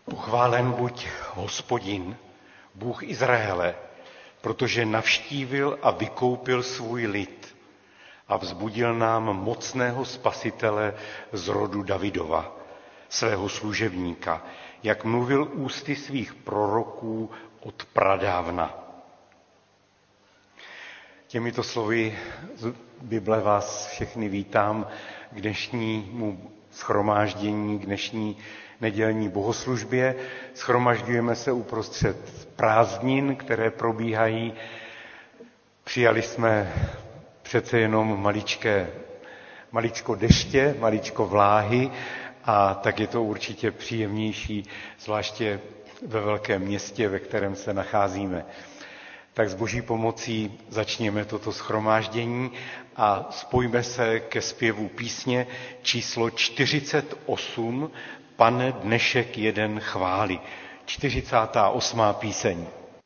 Pochválen buď Hospodin, Bůh Izraele, protože navštívil a vykoupil svůj lid a vzbudil nám mocného spasitele z rodu Davidova, svého služebníka, jak mluvil ústy svých proroků od pradávna. Těmito slovy z Bible vás všechny vítám k dnešnímu shromáždění, k dnešní nedělní bohoslužbě. Shromažďujeme se uprostřed prázdnin, které probíhají. Přijali jsme přece jenom maličko deště, maličko vláhy, a tak je to určitě příjemnější, zvláště ve velkém městě, ve kterém se nacházíme. Tak s Boží pomocí začněme toto shromáždění a spojíme se ke zpěvu písně číslo 48, Pane dnešek jeden chvály. 48. píseň.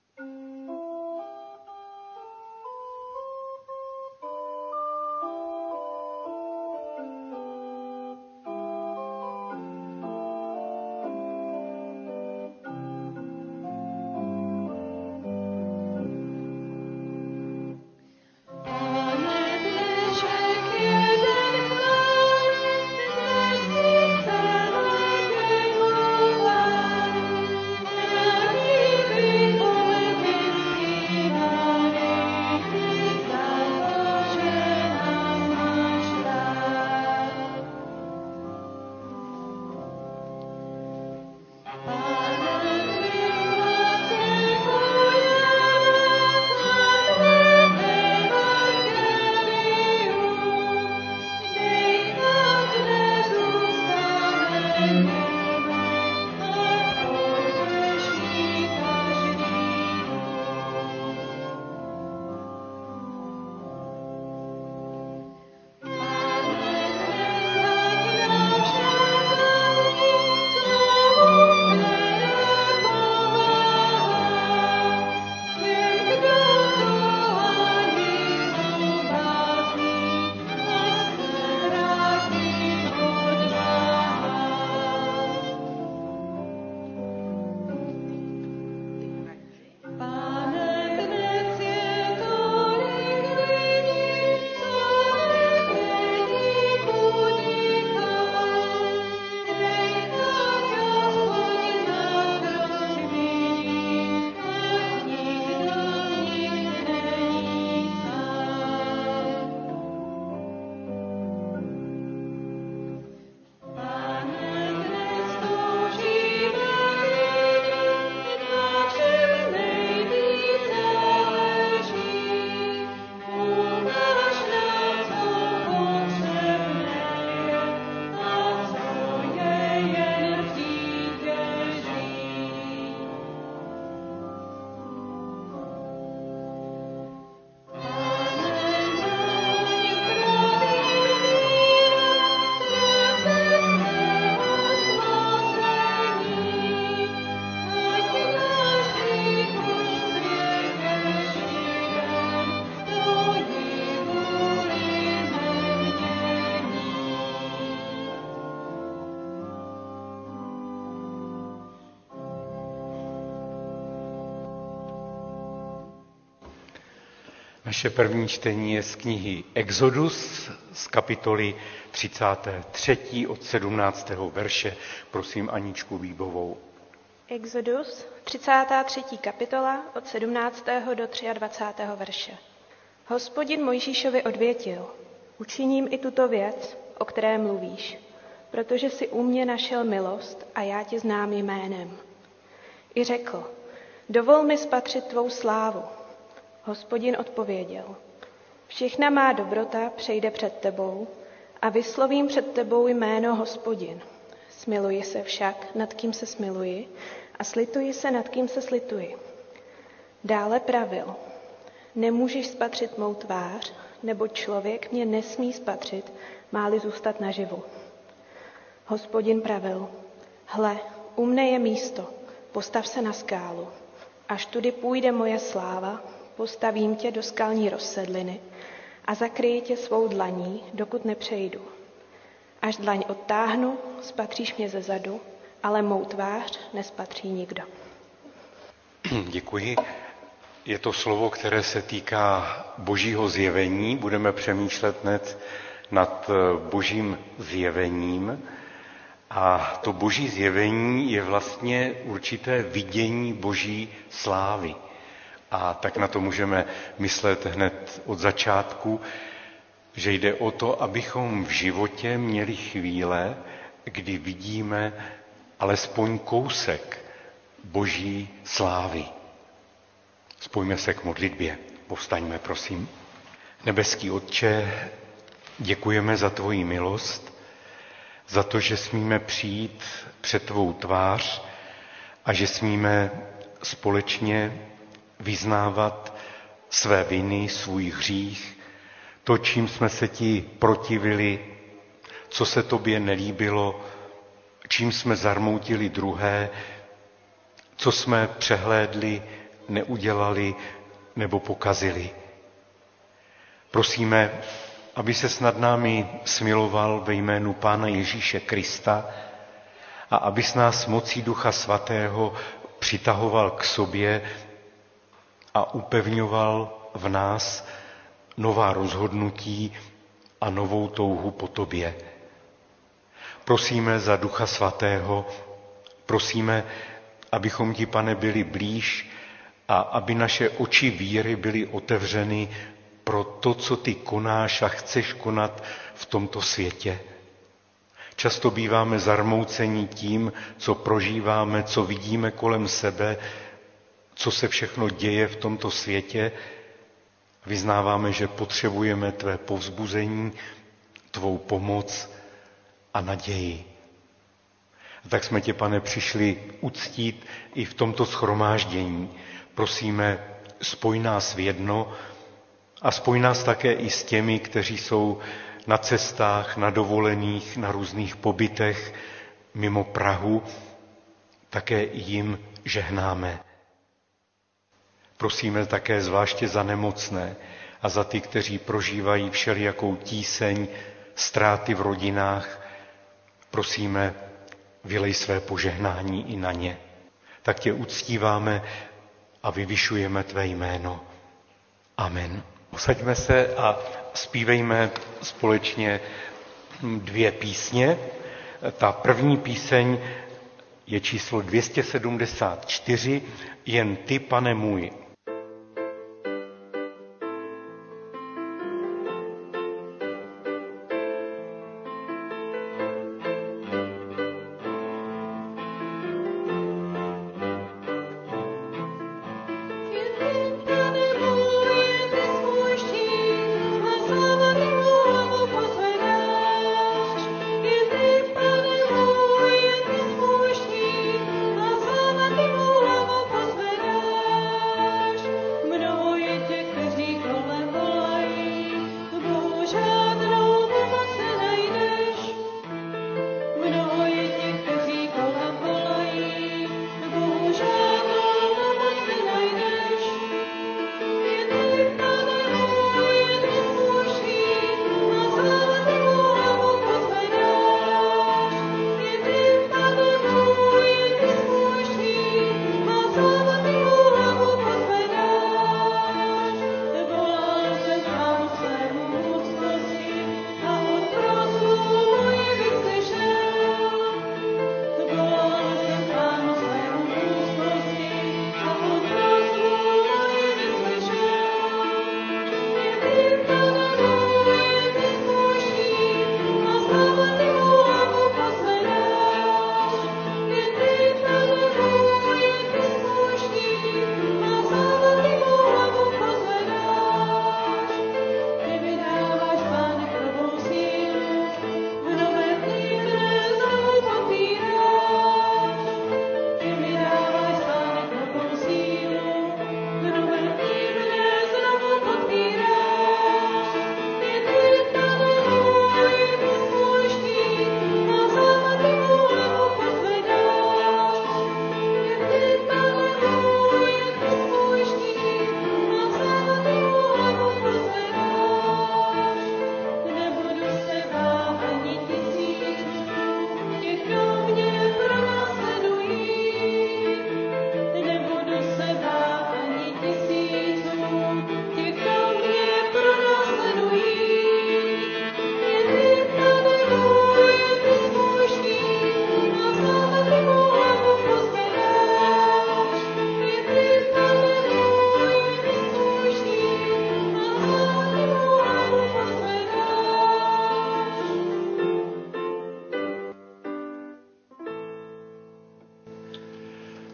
Naše první čtení je z knihy Exodus z kapitoly 33. od 17. verše. Prosím Aničku Výbovou. Exodus, 33. kapitola od 17. do 23. verše. Hospodin Mojžíšovi odvětil: Učiním i tuto věc, o které mluvíš, protože si u mě našel milost a já tě znám jménem. I řekl: Dovol mi spatřit tvou slávu. Hospodin odpověděl: Všechna má dobrota přejde před tebou a vyslovím před tebou jméno Hospodin. Smiluji se však, nad kým se smiluji, a slituji se, nad kým se slituji. Dále pravil: Nemůžeš spatřit mou tvář, nebo člověk mě nesmí spatřit, má-li zůstat naživu. Hospodin pravil: Hle, u mne je místo, postav se na skálu. Až tudy půjde moje sláva, postavím tě do skalní rozsedliny a zakryji tě svou dlaní, dokud nepřejdu. Až dlaň odtáhnu, spatříš mě zezadu ale mou tvář nespatří nikdo. Děkuji. Je to slovo, které se týká božího zjevení. Budeme přemýšlet hned nad božím zjevením. A to boží zjevení je vlastně určité vidění boží slávy. A tak na to můžeme myslet hned od začátku, že jde o to, abychom v životě měli chvíle, kdy vidíme alespoň kousek boží slávy. Spojme se k modlitbě. Povstaňme, prosím. Nebeský Otče, děkujeme za tvoji milost, za to, že smíme přijít před tvou tvář a že smíme společně vyznávat své viny, svůj hřích, to, čím jsme se ti protivili, co se tobě nelíbilo, čím jsme zarmoutili druhé, co jsme přehlédli, neudělali nebo pokazili. Prosíme, aby se nad námi smiloval ve jménu Pána Ježíše Krista a aby s nás mocí Ducha Svatého přitahoval k sobě a upevňoval v nás nová rozhodnutí a novou touhu po tobě. Prosíme za Ducha Svatého, prosíme, abychom ti, Pane, byli blíž a aby naše oči víry byly otevřeny pro to, co ty konáš a chceš konat v tomto světě. Často býváme zarmouceni tím, co prožíváme, co vidíme kolem sebe, co se všechno děje v tomto světě. Vyznáváme, že potřebujeme tvé povzbuzení, tvou pomoc a naději. A tak jsme tě, Pane, přišli uctít i v tomto shromáždění. Prosíme, spoj nás v jedno a spoj nás také i s těmi, kteří jsou na cestách, na dovolených, na různých pobytech mimo Prahu. Také i jim žehnáme. Prosíme také zvláště za nemocné a za ty, kteří prožívají všelijakou tíseň, ztráty v rodinách. Prosíme, vylej své požehnání i na ně. Tak tě uctíváme a vyvyšujeme tvé jméno. Amen. Usaďme se a zpívejme společně 2 písně. Ta první píseň je číslo 274, Jen ty, Pane můj.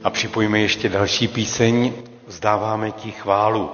A připojíme ještě další píseň, Vzdáváme ti chválu.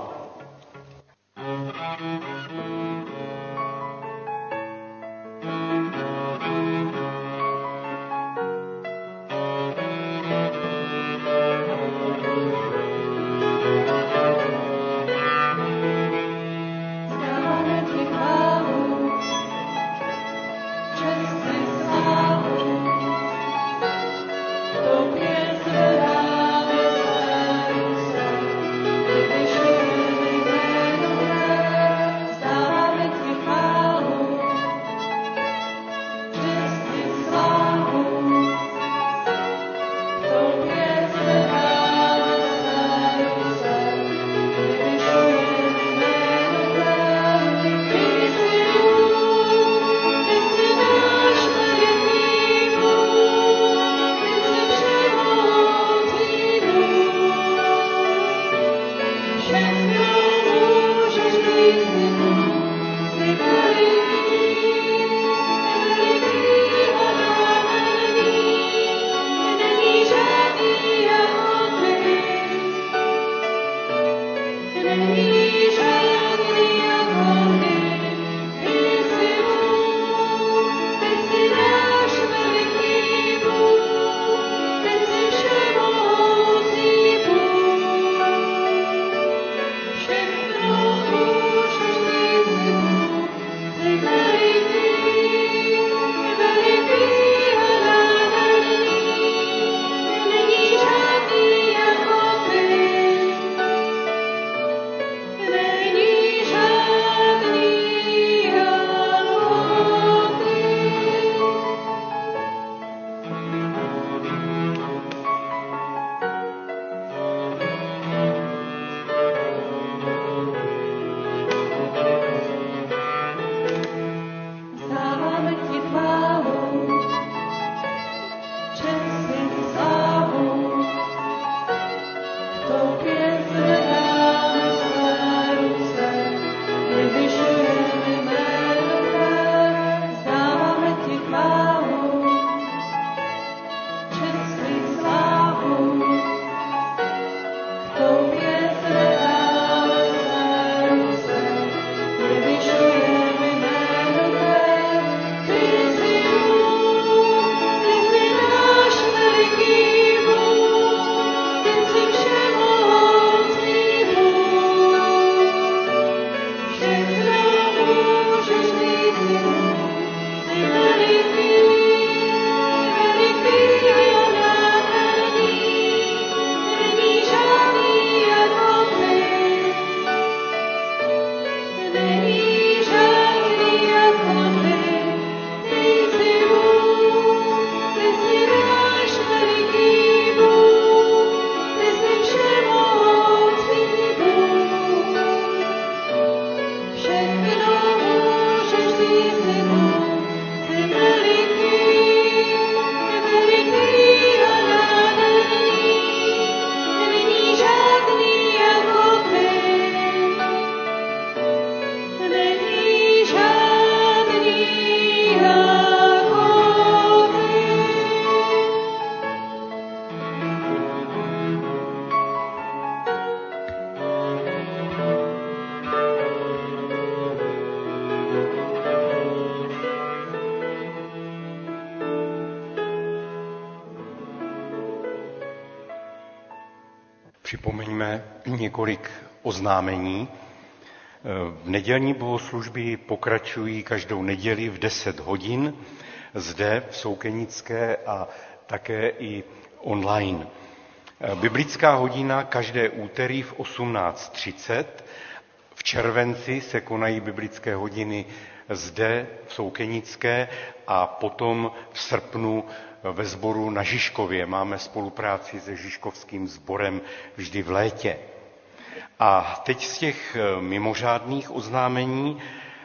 Připomeňme několik oznámení. V nedělní bohoslužby pokračují každou neděli v 10 hodin zde v Soukenické a také i online. Biblická hodina každé úterý v 18:30. V červenci se konají biblické hodiny zde v Soukenické a potom v srpnu ve sboru na Žižkově. Máme spolupráci se Žižkovským sborem vždy v létě. A teď z těch mimořádných oznámení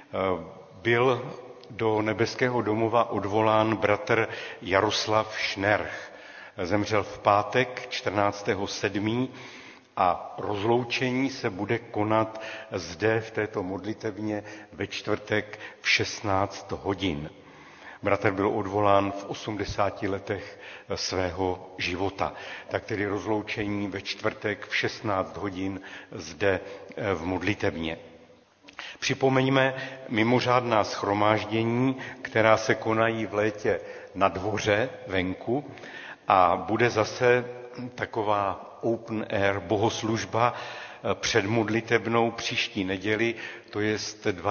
byl do nebeského domova odvolán bratr Jaroslav Šnerch. Zemřel v pátek 14.7. a rozloučení se bude konat zde v této modlitevně ve čtvrtek v 16 hodin. Bratr byl odvolán v 80 letech svého života. Tak tedy rozloučení ve čtvrtek v 16 hodin zde v modlitebně. Připomeňme mimořádná shromáždění, která se konají v létě na dvoře venku a bude zase taková open air bohoslužba před modlitebnou příští neděli, to je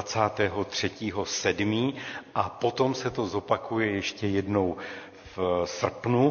23.7. a potom se to zopakuje ještě jednou v srpnu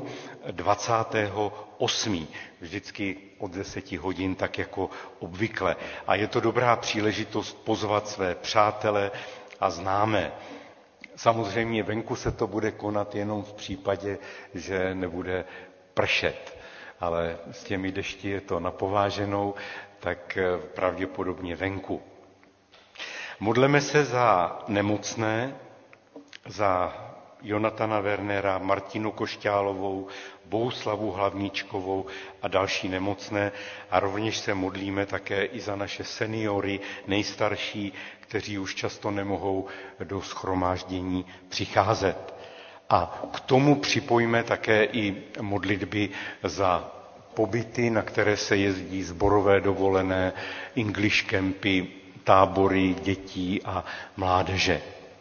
28. Vždycky od 10 hodin, tak jako obvykle. A je to dobrá příležitost pozvat své přátele a známé. Samozřejmě venku se to bude konat jenom v případě, že nebude pršet. Ale s těmi dešti je to napováženou, tak pravděpodobně venku. Modleme se za nemocné, za Jonatana Wernera, Martinu Košťálovou, Bohuslavu Hlavníčkovou a další nemocné a rovněž se modlíme také i za naše seniory, nejstarší, kteří už často nemohou do shromáždění přicházet. A k tomu připojíme také i modlitby za pobyty, na které se jezdí sborové dovolené, English campy, tábory dětí a mládeže.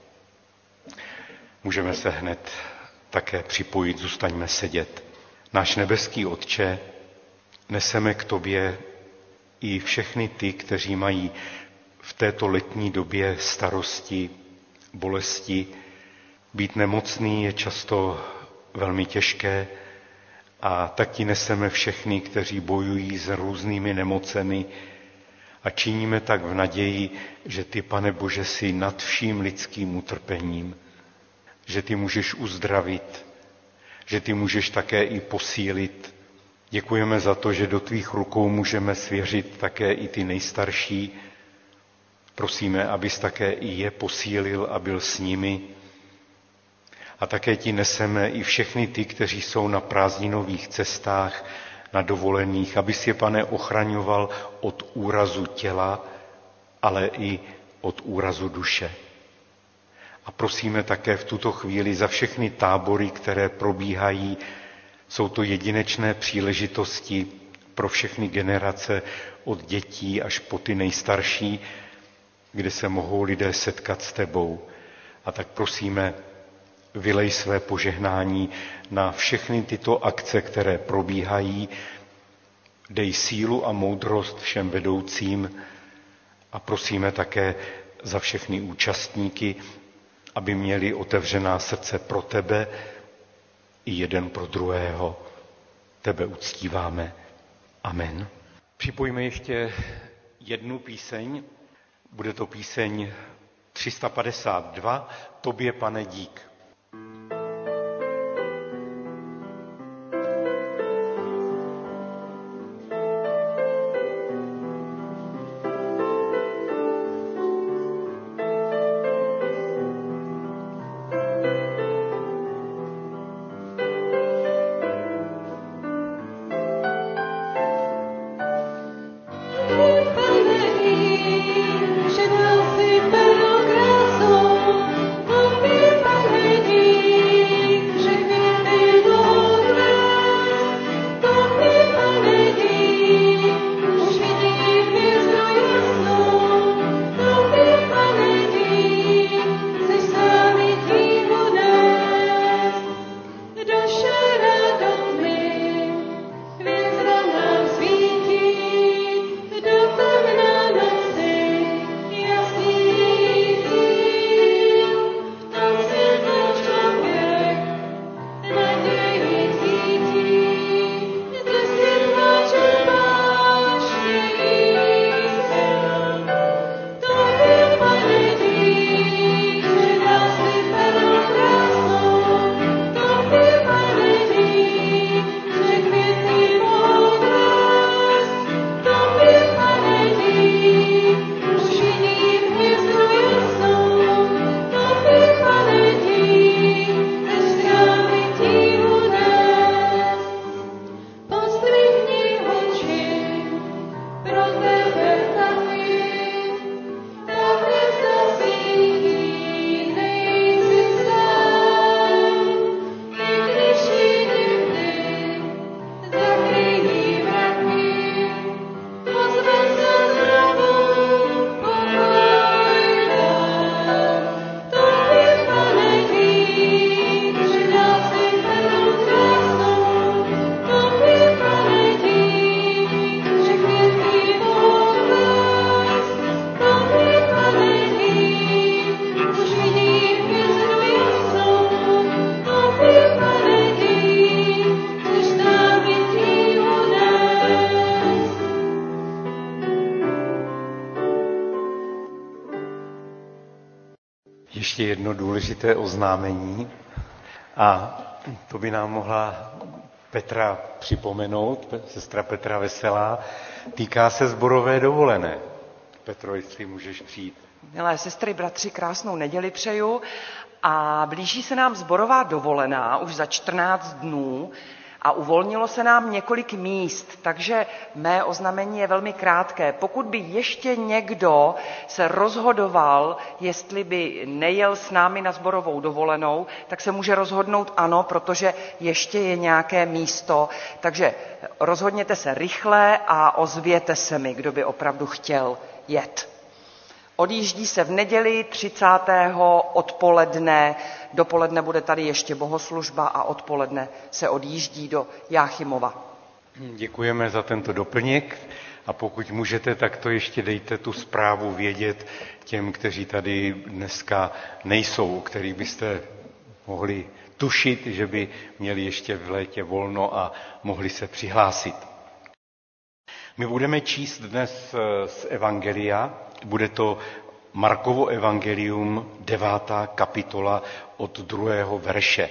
Můžeme se hned také připojit, zůstaňme sedět. Náš nebeský Otče, neseme k tobě i všechny ty, kteří mají v této letní době starosti, bolesti. Být nemocný je často velmi těžké a tak ti neseme všechny, kteří bojují s různými nemocemi a činíme tak v naději, že ty, Pane Bože, jsi nad vším lidským utrpením, že ty můžeš uzdravit, že ty můžeš také i posílit. Děkujeme za to, že do tvých rukou můžeme svěřit také i ty nejstarší. Prosíme, abys také i je posílil a byl s nimi. A také ti neseme i všechny ty, kteří jsou na prázdninových cestách, na dovolených, abys je, Pane, ochraňoval od úrazu těla, ale i od úrazu duše. A prosíme také v tuto chvíli za všechny tábory, které probíhají. Jsou to jedinečné příležitosti pro všechny generace, od dětí až po ty nejstarší, kde se mohou lidé setkat s tebou. A tak prosíme, vylej své požehnání na všechny tyto akce, které probíhají. Dej sílu a moudrost všem vedoucím a prosíme také za všechny účastníky, aby měli otevřená srdce pro tebe i jeden pro druhého. Tebe uctíváme. Amen. Připojíme ještě jednu píseň. Bude to píseň 352. Tobě, Pane, dík. Že nás si perlo krásou, tobě, Pane, ještě jedno důležité oznámení a to by nám mohla Petra připomenout, sestra Petra Veselá, týká se sborové dovolené. Petro, jestli můžeš přijít. Milé sestry, bratři, krásnou neděli přeju a blíží se nám sborová dovolená už za 14 dnů a uvolnilo se nám několik míst, takže mé oznámení je velmi krátké. Pokud by ještě někdo se rozhodoval, jestli by nejel s námi na sborovou dovolenou, tak se může rozhodnout ano, protože ještě je nějaké místo. Takže rozhodněte se rychle a ozvěte se mi, kdo by opravdu chtěl jet. Odjíždí se v neděli 30. odpoledne, dopoledne bude tady ještě bohoslužba a odpoledne se odjíždí do Jáchymova. Děkujeme za tento doplněk a pokud můžete, tak to ještě dejte tu zprávu vědět těm, kteří tady dneska nejsou, o kterých byste mohli tušit, že by měli ještě v létě volno a mohli se přihlásit. My budeme číst dnes z Evangelia, bude to Markovo evangelium, 9. kapitola od 2. verše.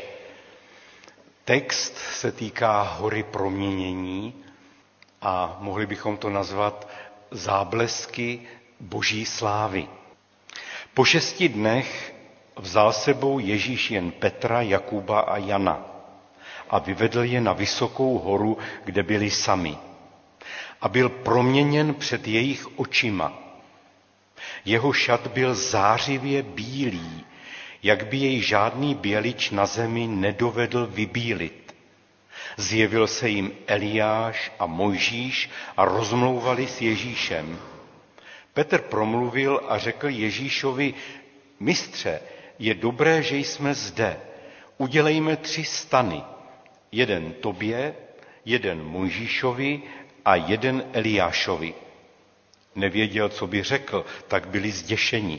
Text se týká hory proměnění a mohli bychom to nazvat záblesky boží slávy. Po 6 dnech vzal sebou Ježíš jen Petra, Jakuba a Jana a vyvedl je na vysokou horu, kde byli sami. A byl proměněn před jejich očima. Jeho šat byl zářivě bílý, jak by jej žádný bělič na zemi nedovedl vybílit. Zjevil se jim Eliáš a Mojžíš a rozmlouvali s Ježíšem. Petr promluvil a řekl Ježíšovi: Mistře, je dobré, že jsme zde. Udělejme 3 stany. Jeden tobě, jeden Mojžíšovi a jeden Eliášovi. Nevěděl, co by řekl, tak byli zděšeni.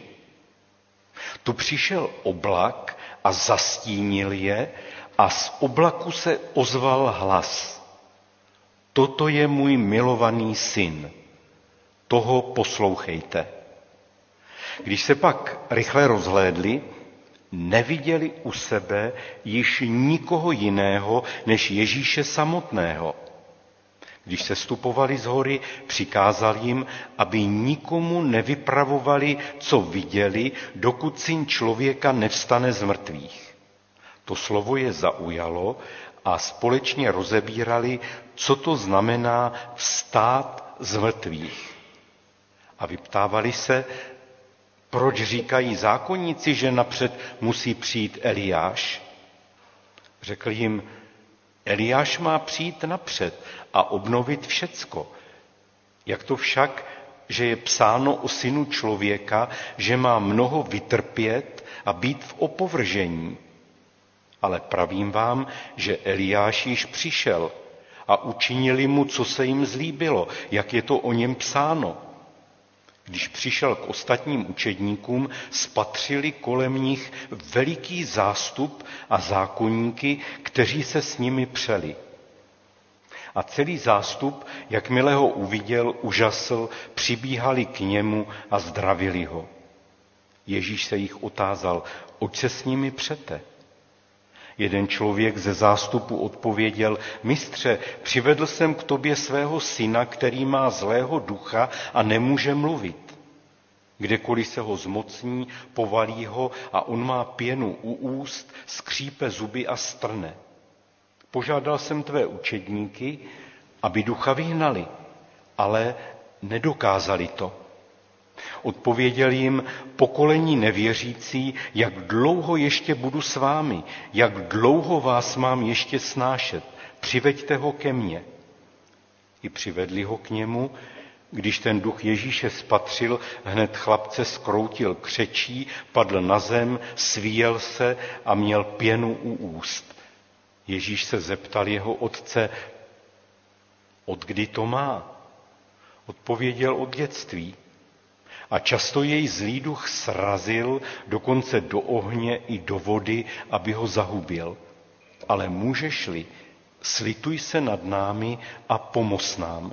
Tu přišel oblak a zastínil je a z oblaku se ozval hlas. Toto je můj milovaný syn, toho poslouchejte. Když se pak rychle rozhlédli, neviděli u sebe již nikoho jiného než Ježíše samotného. Když se stupovali z hory, přikázal jim, aby nikomu nevypravovali, co viděli, dokud syn člověka nevstane z mrtvých. To slovo je zaujalo a společně rozebírali, co to znamená vstát z mrtvých. A vyptávali se, proč říkají zákonníci, že napřed musí přijít Eliáš. Řekl jim, Eliáš má přijít napřed a obnovit všecko. Jak to však, že je psáno o synu člověka, že má mnoho vytrpět a být v opovržení. Ale pravím vám, že Eliáš již přišel a učinili mu, co se jim zlíbilo, jak je to o něm psáno. Když přišel k ostatním učedníkům, spatřili kolem nich veliký zástup a zákonníky, kteří se s nimi přeli. A celý zástup, jakmile ho uviděl, užasl, přibíhali k němu a zdravili ho. Ježíš se jich otázal, oč se s nimi přete? Jeden člověk ze zástupu odpověděl, mistře, přivedl jsem k tobě svého syna, který má zlého ducha a nemůže mluvit. Kdekoliv se ho zmocní, povalí ho a on má pěnu u úst, skřípe zuby a strne. Požádal jsem tvé učedníky, aby ducha vyhnali, ale nedokázali to. Odpověděl jim, pokolení nevěřící, jak dlouho ještě budu s vámi, jak dlouho vás mám ještě snášet, přiveďte ho ke mně. I přivedli ho k němu, když ten duch Ježíše spatřil, hned chlapce skroutil křečí, padl na zem, svíjel se a měl pěnu u úst. Ježíš se zeptal jeho otce, od kdy to má? Odpověděl od dětství. A často jej zlý duch srazil, dokonce do ohně i do vody, aby ho zahubil. Ale můžeš-li, slituj se nad námi a pomoz nám.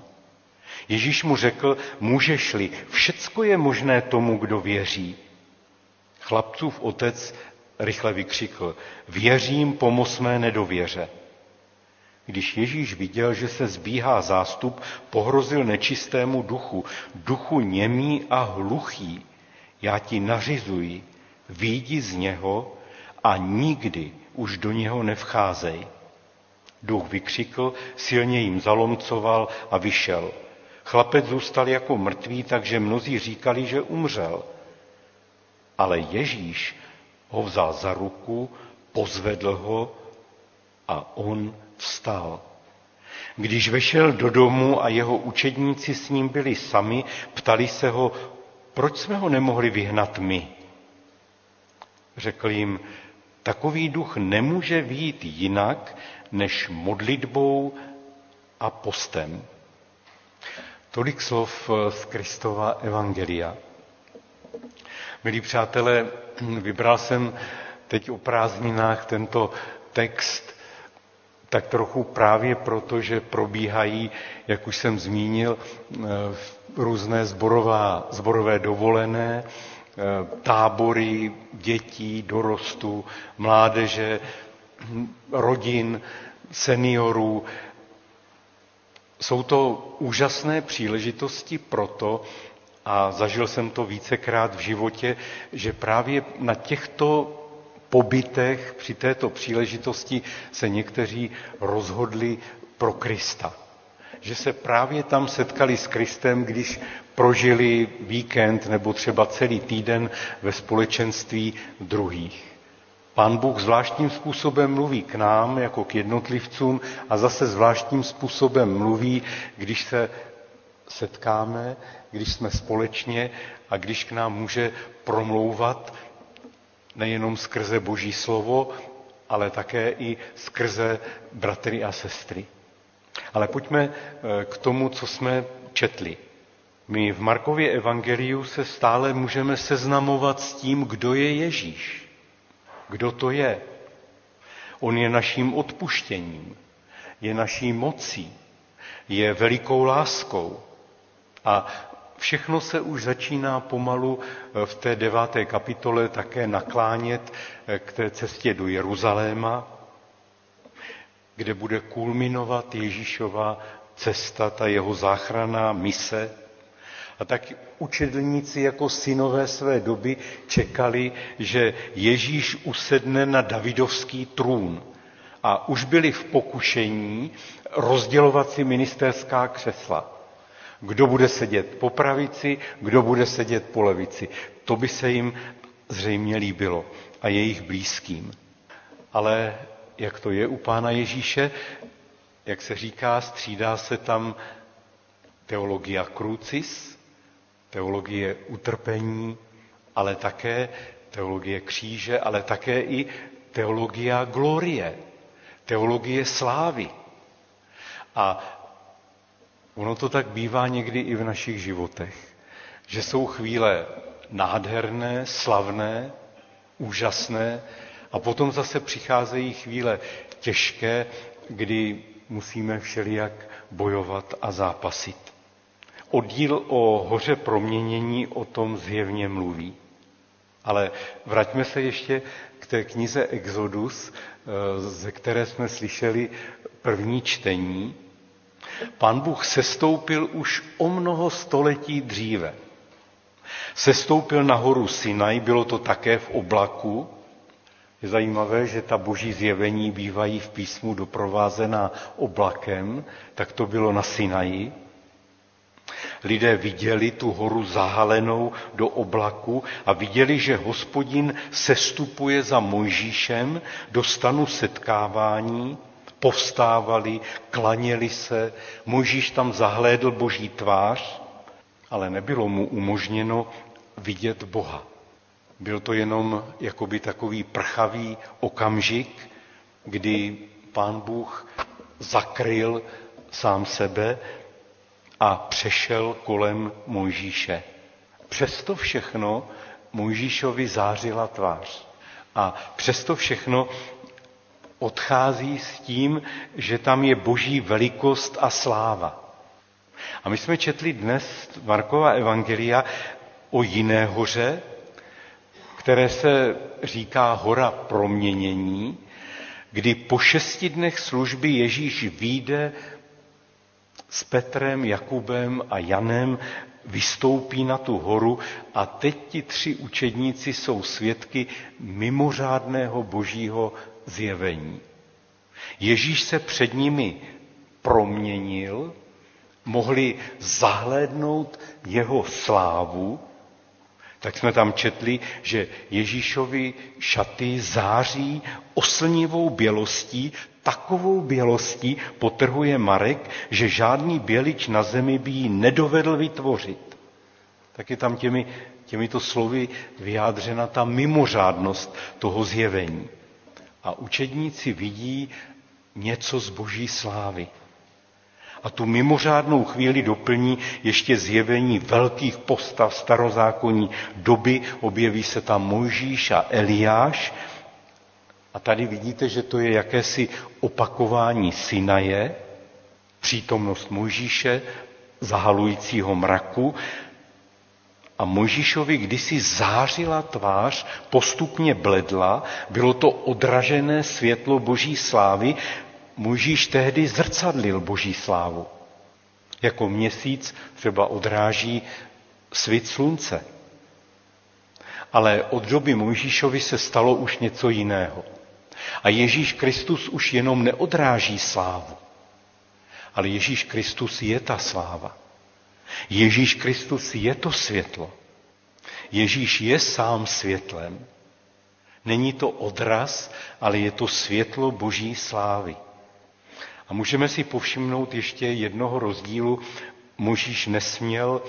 Ježíš mu řekl, můžeš-li, všecko je možné tomu, kdo věří. Chlapcův otec rychle vykřikl: Věřím, pomoz mé nedověře. Když Ježíš viděl, že se sbíhá zástup, pohrozil nečistému duchu: Duchu němý a hluchý, já ti nařizuji, vyjdi z něho a nikdy už do něho nevcházej. Duch vykřikl, silně jim zalomcoval a vyšel. Chlapec zůstal jako mrtvý, takže mnozí říkali, že umřel. Ale Ježíš ho vzal za ruku, pozvedl ho a on vstal. Když vešel do domu a jeho učedníci s ním byli sami, ptali se ho, proč jsme ho nemohli vyhnat my? Řekl jim, takový duch nemůže vyjít jinak, než modlitbou a postem. Tolik slov z Kristova evangelia. Milí přátelé, vybral jsem teď o prázdninách tento text tak trochu právě proto, že probíhají, jak už jsem zmínil, různé sborové dovolené, tábory dětí, dorostu, mládeže, rodin, seniorů. Jsou to úžasné příležitosti proto, a zažil jsem to vícekrát v životě, že právě na těchto pobytech při této příležitosti se někteří rozhodli pro Krista. Že se právě tam setkali s Kristem, když prožili víkend nebo třeba celý týden ve společenství druhých. Pán Bůh zvláštním způsobem mluví k nám, jako k jednotlivcům, a zase zvláštním způsobem mluví, když se setkáme, když jsme společně a když k nám může promlouvat nejenom skrze Boží slovo, ale také i skrze bratry a sestry. Ale pojďme k tomu, co jsme četli. My v Markově evangeliu se stále můžeme seznamovat s tím, kdo je Ježíš. Kdo to je? On je naším odpuštěním, je naší mocí, je velikou láskou. A všechno se už začíná pomalu v té 9. kapitole také naklánět k té cestě do Jeruzaléma, kde bude kulminovat Ježíšova cesta, ta jeho záchranná mise. A tak učedlníci jako synové své doby čekali, že Ježíš usedne na Davidovský trůn. A už byli v pokušení rozdělovat si ministerská křesla. Kdo bude sedět po pravici, kdo bude sedět po levici. To by se jim zřejmě líbilo a jejich blízkým. Ale jak to je u Pána Ježíše, jak se říká, střídá se tam teologia crucis, teologie utrpení, ale také teologie kříže, ale také i teologia glorie, teologie slávy. A ono to tak bývá někdy i v našich životech, že jsou chvíle nádherné, slavné, úžasné a potom zase přicházejí chvíle těžké, kdy musíme všelijak bojovat a zápasit. Oddíl o hoře proměnění o tom zjevně mluví. Ale vraťme se ještě k té knize Exodus, ze které jsme slyšeli první čtení. Pán Bůh sestoupil už o mnoho století dříve. Sestoupil na horu Sinaj, bylo to také v oblaku. Je zajímavé, že ta boží zjevení bývají v písmu doprovázena oblakem, tak to bylo na Sinaji. Lidé viděli tu horu zahalenou do oblaku a viděli, že Hospodin sestupuje za Mojžíšem do stanu setkávání, povstávali, klaněli se, Mojžíš tam zahlédl Boží tvář, ale nebylo mu umožněno vidět Boha. Byl to jenom jakoby takový prchavý okamžik, kdy Pán Bůh zakryl sám sebe a přešel kolem Mojžíše. Přesto všechno Mojžíšovi zářila tvář. A přesto všechno odchází s tím, že tam je boží velikost a sláva. A my jsme četli dnes Markova evangelia o jiné hoře, které se říká hora proměnění, kdy po 6 dnech služby Ježíš vyjde s Petrem, Jakubem a Janem, vystoupí na tu horu a teď ti 3 učedníci jsou svědky mimořádného božího zjevení. Ježíš se před nimi proměnil, mohli zahlédnout jeho slávu, tak jsme tam četli, že Ježíšovi šaty září oslnivou bělostí, takovou bělostí podtrhuje Marek, že žádný bělič na zemi by ji nedovedl vytvořit. Tak je tam těmito slovy vyjádřena ta mimořádnost toho zjevení. A učedníci vidí něco z boží slávy. A tu mimořádnou chvíli doplní ještě zjevení velkých postav starozákonní doby. Objeví se tam Mojžíš a Eliáš. A tady vidíte, že to je jakési opakování Sinaje, přítomnost Mojžíše, zahalujícího mraku. A Mojžíšovi kdysi zářila tvář, postupně bledla, bylo to odražené světlo boží slávy. Mojžíš tehdy zrcadlil boží slávu. Jako měsíc třeba odráží svit slunce. Ale od doby Mojžíšovi se stalo už něco jiného. A Ježíš Kristus už jenom neodráží slávu. Ale Ježíš Kristus je ta sláva. Ježíš Kristus je to světlo. Ježíš je sám světlem. Není to odraz, ale je to světlo boží slávy. A můžeme si povšimnout ještě jednoho rozdílu. Mojžíš nesměl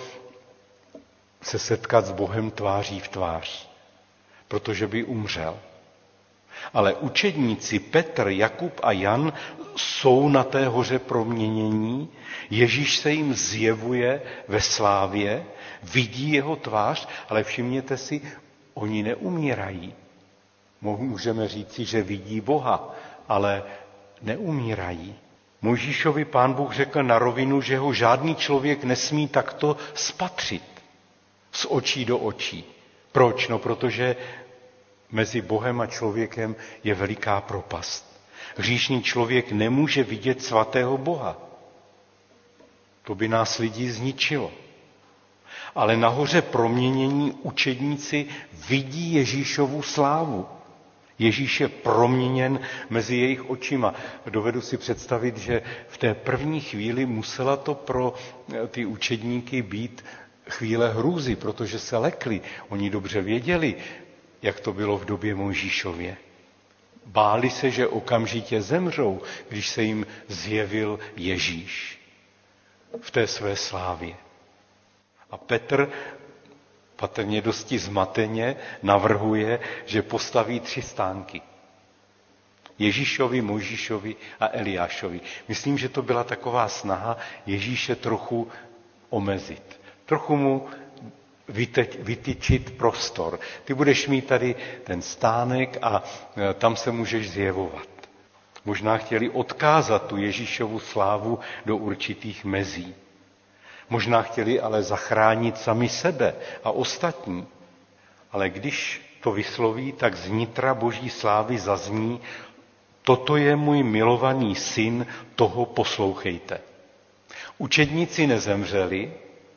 se setkat s Bohem tváří v tvář, protože by umřel. Ale učedníci Petr, Jakub a Jan jsou na té hoře proměnění. Ježíš se jim zjevuje ve slávě, vidí jeho tvář, ale všimněte si, oni neumírají. Můžeme říci, že vidí Boha, ale neumírají. Mojžíšovi Pán Bůh řekl na rovinu, že ho žádný člověk nesmí takto spatřit z očí do očí. Proč? No, protože mezi Bohem a člověkem je veliká propast. Hříšný člověk nemůže vidět svatého Boha. To by nás lidí zničilo. Ale nahoře proměnění učedníci vidí Ježíšovu slávu. Ježíš je proměněn mezi jejich očima. Dovedu si představit, že v té první chvíli musela to pro ty učedníky být chvíle hrůzy, protože se lekli. Oni dobře věděli, jak to bylo v době Mojžíšově. Báli se, že okamžitě zemřou, když se jim zjevil Ježíš v té své slávě. A Petr patrně dosti zmateně navrhuje, že postaví 3 stánky. Ježíšovi, Mojžíšovi a Eliášovi. Myslím, že to byla taková snaha Ježíše trochu omezit. Trochu mu vytyčit prostor. Ty budeš mít tady ten stánek a tam se můžeš zjevovat. Možná chtěli odkázat tu Ježíšovu slávu do určitých mezí. Možná chtěli ale zachránit sami sebe a ostatní. Ale když to vysloví, tak z nitra boží slávy zazní: toto je můj milovaný syn, toho poslouchejte. Učedníci nezemřeli,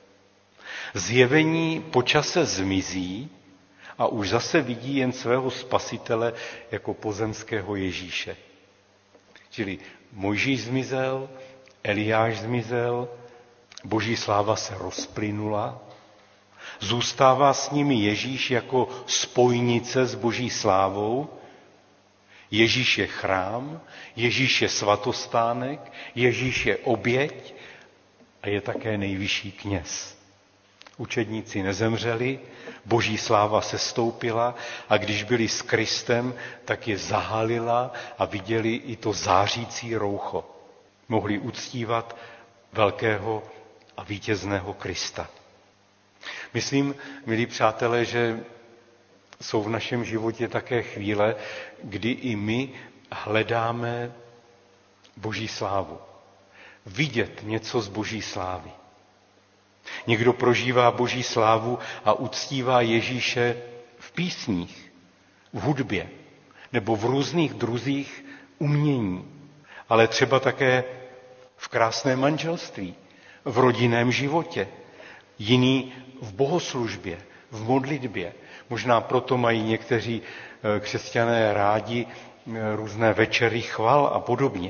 zjevení po čase zmizí a už zase vidí jen svého spasitele jako pozemského Ježíše. Čili Mojžíš zmizel, Eliáš zmizel, boží sláva se rozplynula, zůstává s nimi Ježíš jako spojnice s boží slávou. Ježíš je chrám, Ježíš je svatostánek, Ježíš je oběť a je také nejvyšší kněz. Učedníci nezemřeli, boží sláva sestoupila a když byli s Kristem, tak je zahalila a viděli i to zářící roucho. Mohli uctívat velkého a vítězného Krista. Myslím, milí přátelé, že jsou v našem životě také chvíle, kdy i my hledáme boží slávu. Vidět něco z boží slávy. Někdo prožívá boží slávu a uctívá Ježíše v písních, v hudbě nebo v různých druzích umění, ale třeba také v krásném manželství, v rodinném životě, jiný v bohoslužbě, v modlitbě. Možná proto mají někteří křesťané rádi různé večery chval a podobně.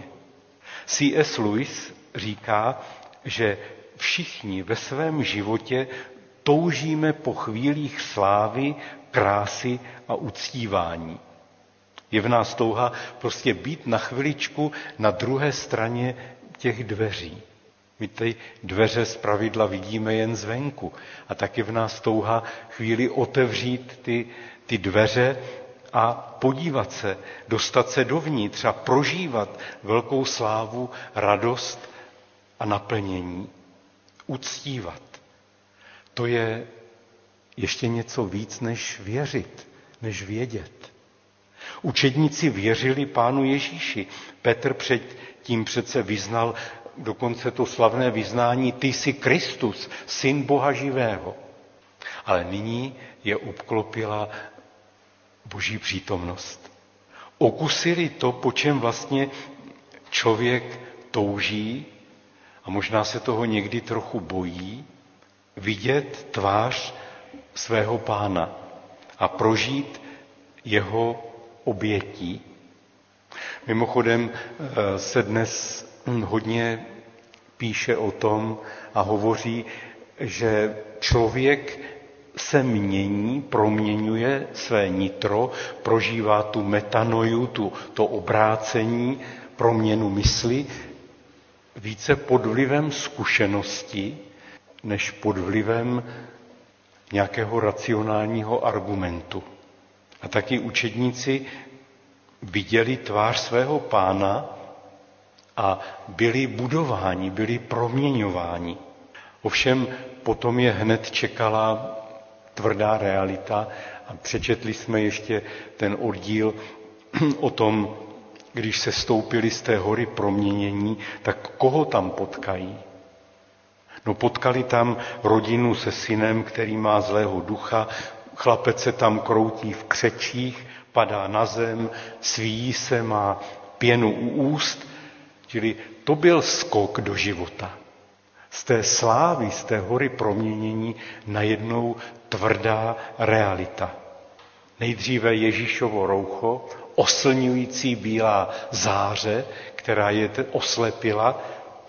C.S. Lewis říká, že všichni ve svém životě toužíme po chvílích slávy, krásy a uctívání. Je v nás touha prostě být na chviličku na druhé straně těch dveří. My ty dveře zpravidla vidíme jen zvenku a tak je v nás touha chvíli otevřít ty dveře a podívat se, dostat se dovnitř a prožívat velkou slávu, radost a naplnění. Uctívat. To je ještě něco víc než věřit, než vědět. Učedníci věřili Pánu Ježíši. Petr předtím přece vyznal dokonce to slavné vyznání: ty jsi Kristus, syn Boha živého. Ale nyní je obklopila Boží přítomnost. Okusili to, po čem vlastně člověk touží a možná se toho někdy trochu bojí, vidět tvář svého Pána a prožít jeho obětí. Mimochodem se dnes hodně píše o tom a hovoří, že člověk se mění, proměňuje své nitro, prožívá tu metanoju, to obrácení, proměnu mysli, více pod vlivem zkušenosti, než pod vlivem nějakého racionálního argumentu. A taky učedníci viděli tvář svého Pána a byli budováni, byli proměňováni. Ovšem potom je hned čekala tvrdá realita a přečetli jsme ještě ten oddíl o tom, když se stoupili z té hory proměnění, tak koho tam potkají? No potkali tam rodinu se synem, který má zlého ducha, chlapec se tam kroutí v křečích, padá na zem, svíjí se, má pěnu u úst, čili to byl skok do života. Z té slávy, z té hory proměnění najednou tvrdá realita. Nejdříve Ježíšovo roucho, oslňující bílá záře, která je oslepila,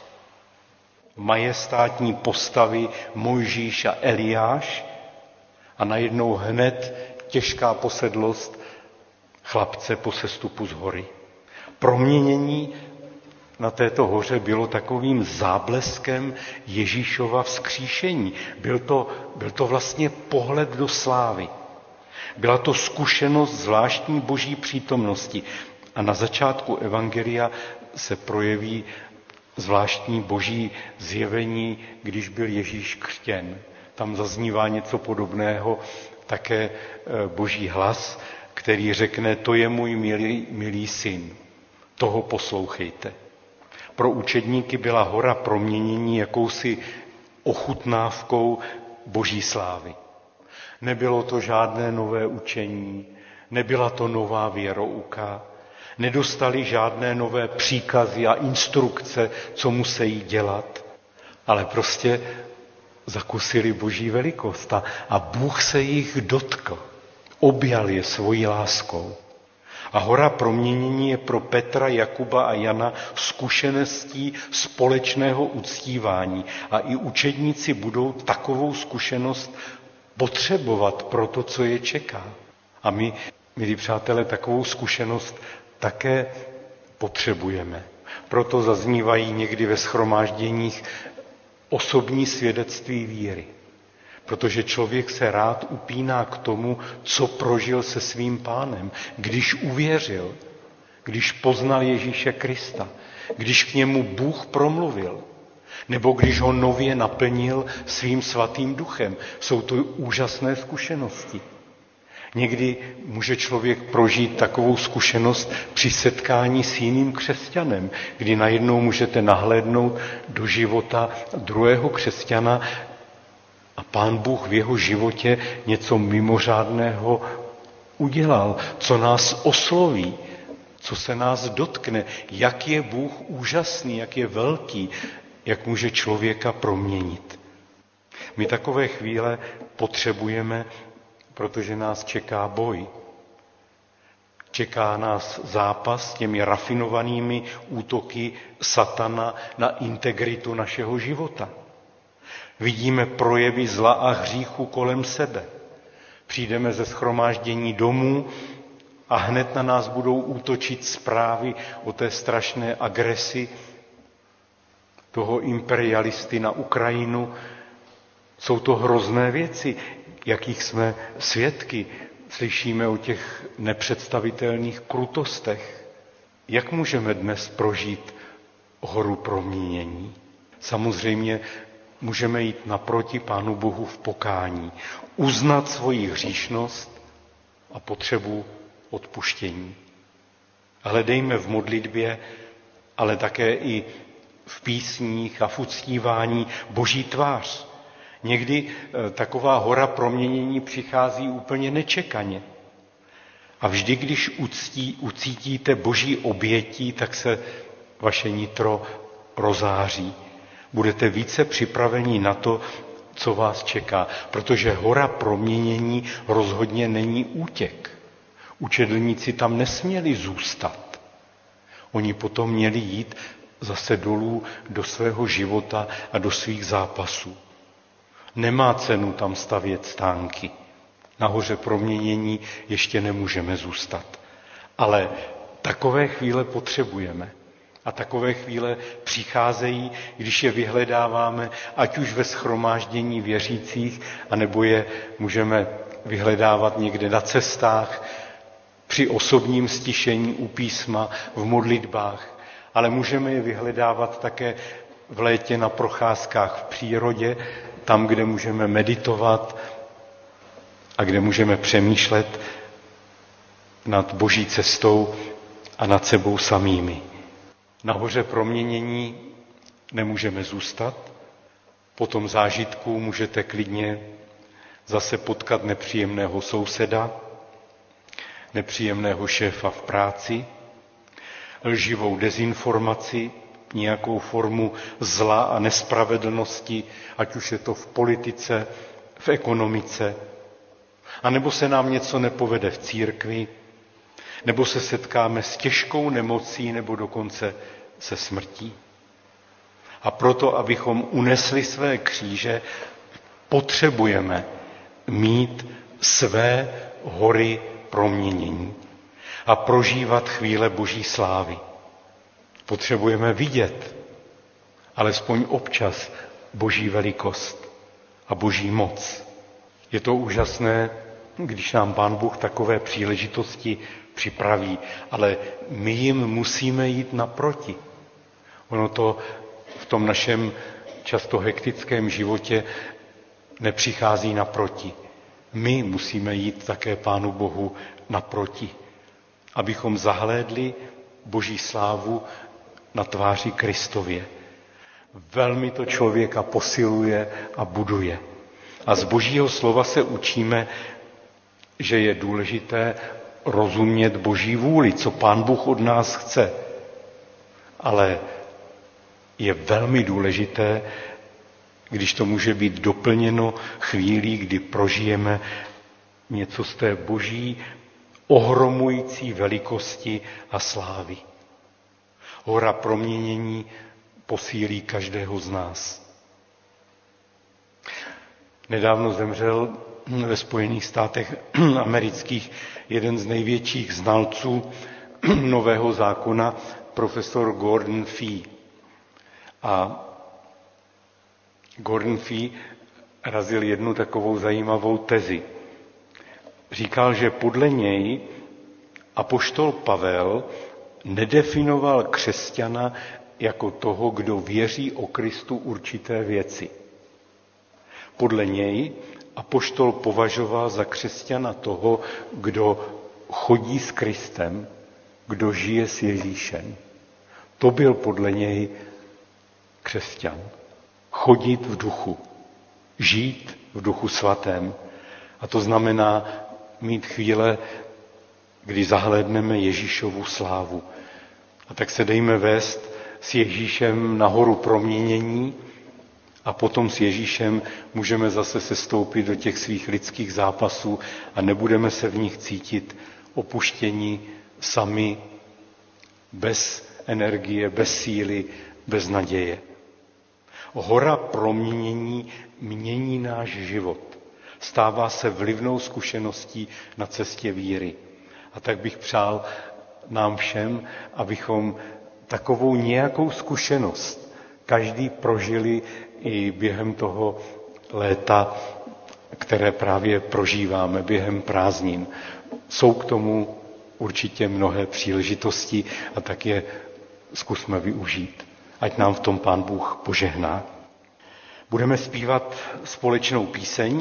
majestátní postavy Mojžíš a Eliáš a najednou hned těžká posedlost chlapce po sestupu z hory. Proměnění na této hoře bylo takovým zábleskem Ježíšova vzkříšení. Byl to vlastně pohled do slávy. Byla to zkušenost zvláštní Boží přítomnosti. A na začátku evangelia se projeví zvláštní Boží zjevení, když byl Ježíš křtěn. Tam zaznívá něco podobného, také Boží hlas, který řekne: to je můj milý syn, toho poslouchejte. Pro učedníky byla hora proměnění jakousi ochutnávkou Boží slávy. Nebylo to žádné nové učení, nebyla to nová věrouka, nedostali žádné nové příkazy a instrukce, co musí dělat, ale prostě zakusili Boží velikost a Bůh se jich dotkl, objal je svojí láskou. A hora proměnění je pro Petra, Jakuba a Jana zkušeností společného uctívání. A i učedníci budou takovou zkušenost potřebovat pro to, co je čeká. A my, milí přátelé, takovou zkušenost také potřebujeme. Proto zaznívají někdy ve shromážděních osobní svědectví víry. Protože člověk se rád upíná k tomu, co prožil se svým Pánem, když uvěřil, když poznal Ježíše Krista, když k němu Bůh promluvil, nebo když ho nově naplnil svým svatým duchem. Jsou to úžasné zkušenosti. Někdy může člověk prožít takovou zkušenost při setkání s jiným křesťanem, kdy najednou můžete nahlédnout do života druhého křesťana a Pán Bůh v jeho životě něco mimořádného udělal, co nás osloví, co se nás dotkne, jak je Bůh úžasný, jak je velký, jak může člověka proměnit. My takové chvíle potřebujeme, protože nás čeká boj. Čeká nás zápas s těmi rafinovanými útoky satana na integritu našeho života. Vidíme projevy zla a hříchu kolem sebe. Přijdeme ze shromáždění domů a hned na nás budou útočit zprávy o té strašné agresi toho imperialisty na Ukrajinu. Jsou to hrozné věci, jakých jsme svědky. Slyšíme o těch nepředstavitelných krutostech. Jak můžeme dnes prožít horu proměnění? Samozřejmě můžeme jít naproti Pánu Bohu v pokání, uznat svoji hříšnost a potřebu odpuštění. Hledejme v modlitbě, ale také i v písních a v uctívání Boží tvář. Někdy taková hora proměnění přichází úplně nečekaně. A vždy, když ucítíte Boží obětí, tak se vaše nitro rozáří. Budete více připraveni na to, co vás čeká, protože hora proměnění rozhodně není útěk. Učedlníci tam nesměli zůstat. Oni potom měli jít zase dolů do svého života a do svých zápasů. Nemá cenu tam stavět stánky. Na hoře proměnění ještě nemůžeme zůstat. Ale takové chvíle potřebujeme. A takové chvíle přicházejí, když je vyhledáváme, ať už ve shromáždění věřících, anebo je můžeme vyhledávat někde na cestách, při osobním stišení u písma, v modlitbách. Ale můžeme je vyhledávat také v létě na procházkách v přírodě, tam, kde můžeme meditovat a kde můžeme přemýšlet nad Boží cestou a nad sebou samými. Na hoře proměnění nemůžeme zůstat, po tom zážitku můžete klidně zase potkat nepříjemného souseda, nepříjemného šéfa v práci, lživou dezinformaci, nějakou formu zla a nespravedlnosti, ať už je to v politice, v ekonomice, anebo se nám něco nepovede v církvi, nebo se setkáme s těžkou nemocí, nebo dokonce se smrtí. A proto, abychom unesli své kříže, potřebujeme mít své hory proměnění a prožívat chvíle Boží slávy. Potřebujeme vidět, alespoň občas, Boží velikost a Boží moc. Je to úžasné, když nám Pán Bůh takové příležitosti připraví, ale my jim musíme jít naproti. Ono to v tom našem často hektickém životě nepřichází naproti. My musíme jít také Pánu Bohu naproti, abychom zahlédli Boží slávu na tváři Kristově. Velmi to člověka posiluje a buduje. A z Božího slova se učíme, že je důležité rozumět Boží vůli, co Pán Bůh od nás chce. Ale je velmi důležité, když to může být doplněno chvílí, kdy prožijeme něco z té Boží ohromující velikosti a slávy. Hora proměnění posílí každého z nás. Nedávno zemřel ve Spojených státech amerických jeden z největších znalců Nového zákona, profesor Gordon Fee. A Gordon Fee razil jednu takovou zajímavou tezi. Říkal, že podle něj apoštol Pavel nedefinoval křesťana jako toho, kdo věří o Kristu určité věci. Podle něj apoštol považoval za křesťana toho, kdo chodí s Kristem, kdo žije s Ježíšem. To byl podle něj křesťan. Chodit v duchu, žít v duchu svatém. A to znamená mít chvíle kdy zahlédneme Ježíšovu slávu. A tak se dejme vést s Ježíšem na horu proměnění a potom s Ježíšem můžeme zase sestoupit do těch svých lidských zápasů a nebudeme se v nich cítit opuštění sami, bez energie, bez síly, bez naděje. Hora proměnění mění náš život. Stává se vlivnou zkušeností na cestě víry. A tak bych přál nám všem, abychom takovou nějakou zkušenost každý prožili i během toho léta, které právě prožíváme, během prázdnin. Jsou k tomu určitě mnohé příležitosti a tak je zkusme využít. Ať nám v tom Pán Bůh požehná. Budeme zpívat společnou píseň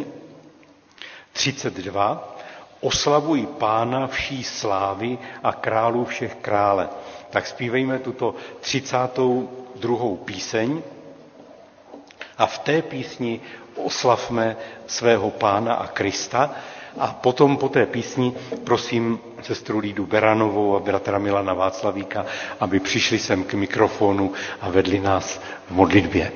32. Oslavuj Pána vší slávy a králu všech krále. Tak zpívejme tuto 32. píseň a v té písni oslavme svého Pána a Krista a potom po té písni prosím sestru Lídu Beranovou a bratra Milana Václavíka, aby přišli sem k mikrofonu a vedli nás v modlitbě.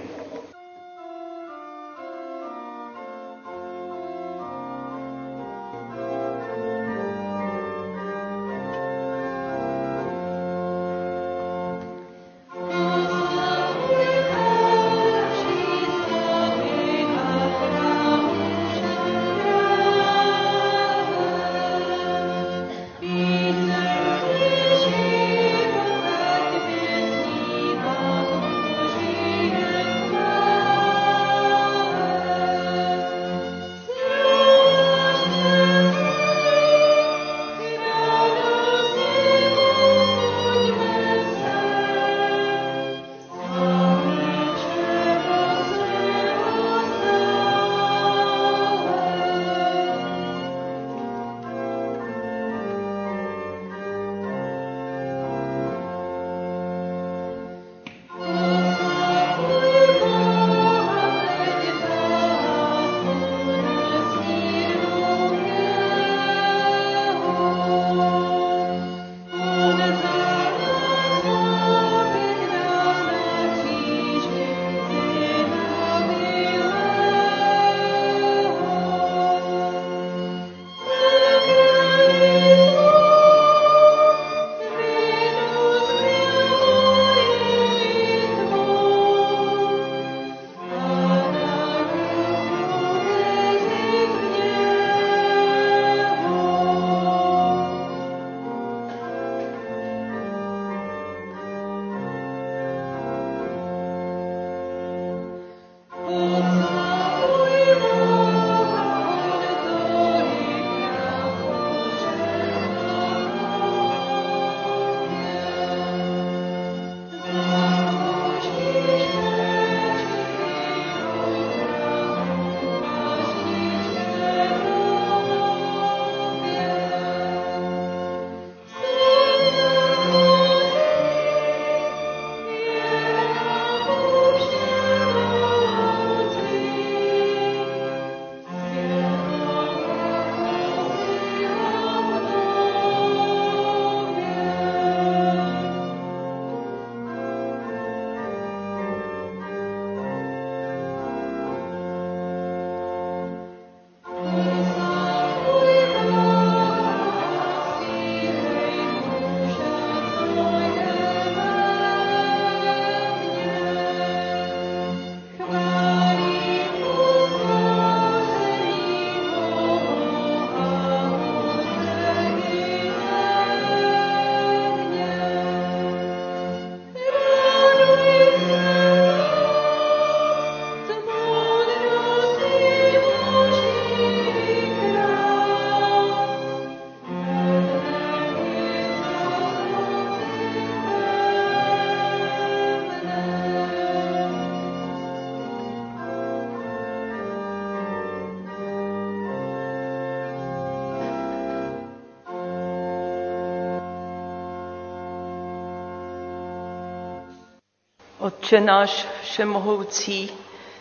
Otče náš všemohoucí,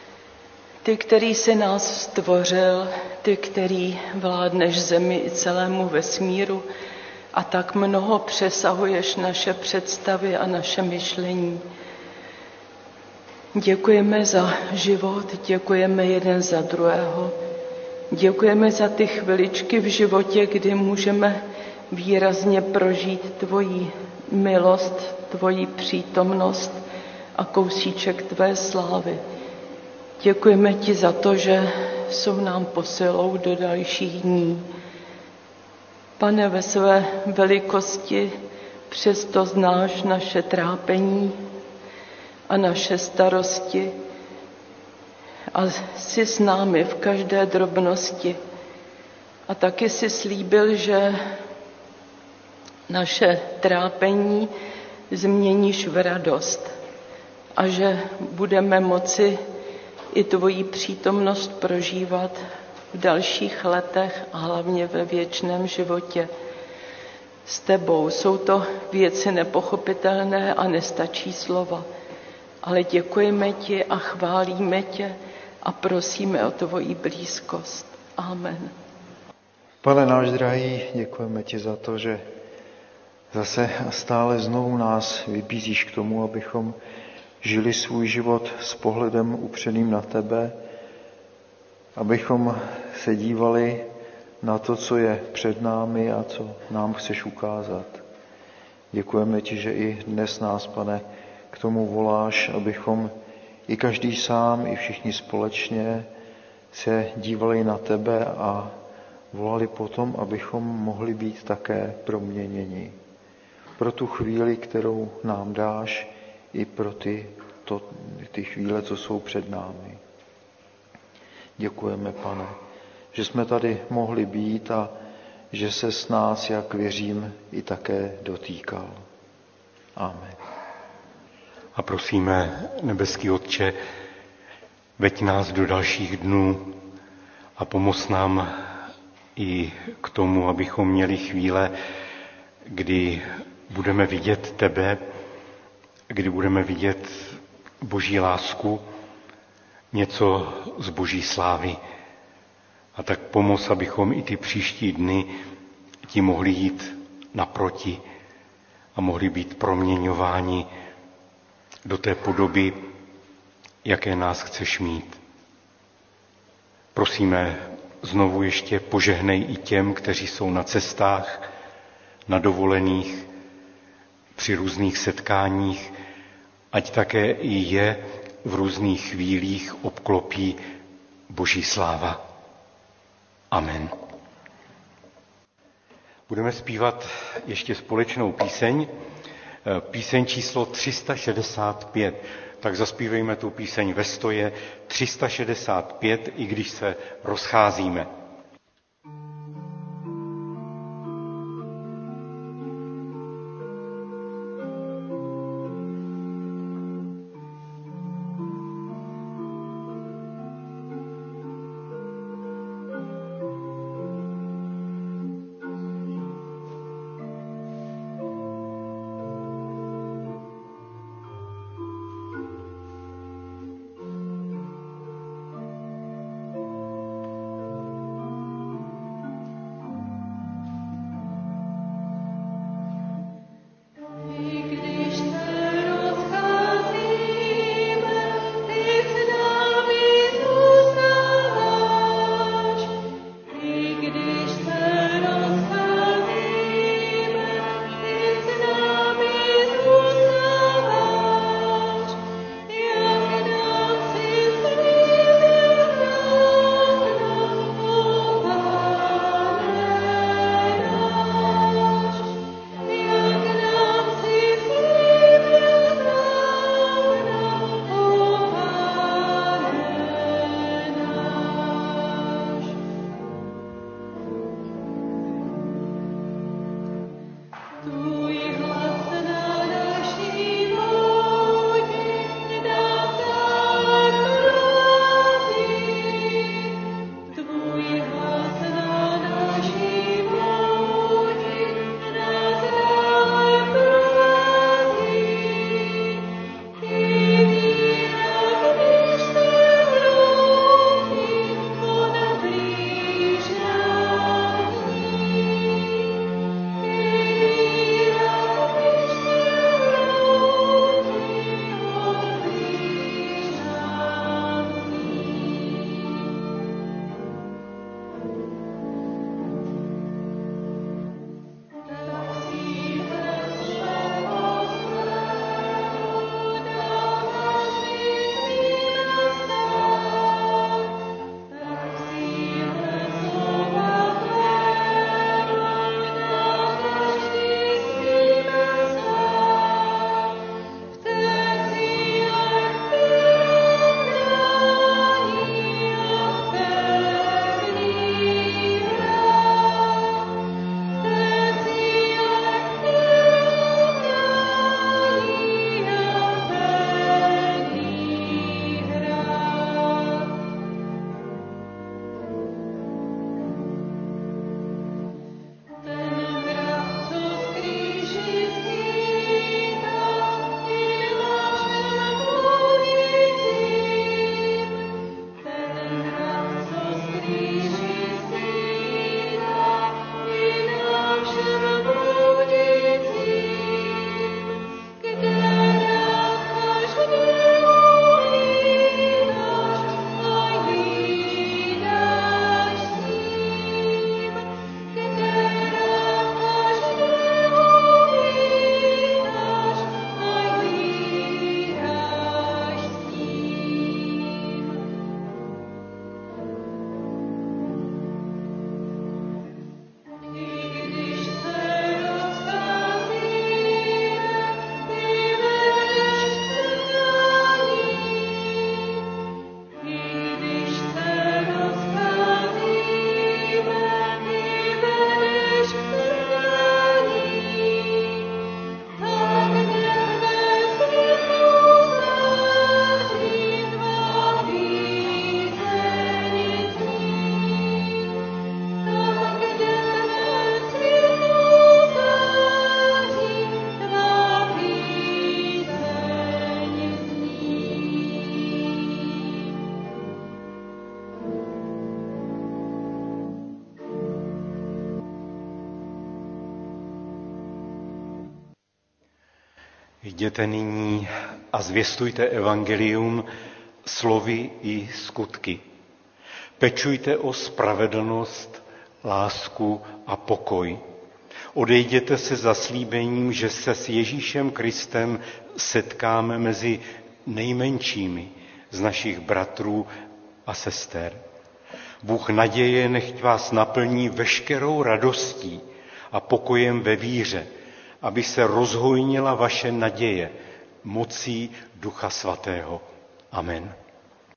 ty, který jsi nás stvořil, ty, který vládneš zemi i celému vesmíru, a tak mnoho přesahuješ naše představy a naše myšlení. Děkujeme za život, děkujeme jeden za druhého. Děkujeme za ty chviličky v životě, kdy můžeme výrazně prožít tvoji milost, tvoji přítomnost a kousíček tvé slávy. Děkujeme ti za to, že jsou nám posilou do dalších dní. Pane, ve své velikosti přesto znáš naše trápení a naše starosti a jsi s námi v každé drobnosti. A taky jsi slíbil, že naše trápení změníš v radost a že budeme moci i tvoji přítomnost prožívat v dalších letech a hlavně ve věčném životě s tebou. Jsou to věci nepochopitelné a nestačí slova, ale děkujeme ti a chválíme tě a prosíme o tvoji blízkost. Amen. Pane náš drahý, děkujeme ti za to, že zase a stále znovu nás vybízíš k tomu, abychom žili svůj život s pohledem upřeným na tebe, abychom se dívali na to, co je před námi a co nám chceš ukázat. Děkujeme ti, že i dnes nás, Pane, k tomu voláš, abychom i každý sám, i všichni společně se dívali na tebe a volali potom, abychom mohli být také proměněni. Pro tu chvíli, kterou nám dáš, i pro ty chvíle, co jsou před námi. Děkujeme, Pane, že jsme tady mohli být a že se s nás, jak věřím, i také dotýkal. Amen. A prosíme, nebeský Otče, veď nás do dalších dnů a pomoz nám i k tomu, abychom měli chvíle, kdy budeme vidět tebe, kdy budeme vidět Boží lásku, něco z Boží slávy. A tak pomoz, abychom i ty příští dny ti mohli jít naproti a mohli být proměňováni do té podoby, jaké nás chceš mít. Prosíme znovu ještě požehnej i těm, kteří jsou na cestách, na dovolených, při různých setkáních, ať také i je v různých chvílích obklopí Boží sláva. Amen. Budeme zpívat ještě společnou píseň číslo 365. Tak zaspívejme tu píseň ve stoje 365, i když se rozcházíme. Jděte nyní a zvěstujte evangelium slovy i skutky. Pečujte o spravedlnost, lásku a pokoj. Odejděte se zaslíbením, že se s Ježíšem Kristem setkáme mezi nejmenšími z našich bratrů a sester. Bůh naděje nechť vás naplní veškerou radostí a pokojem ve víře, aby se rozhojnila vaše naděje mocí Ducha Svatého. Amen.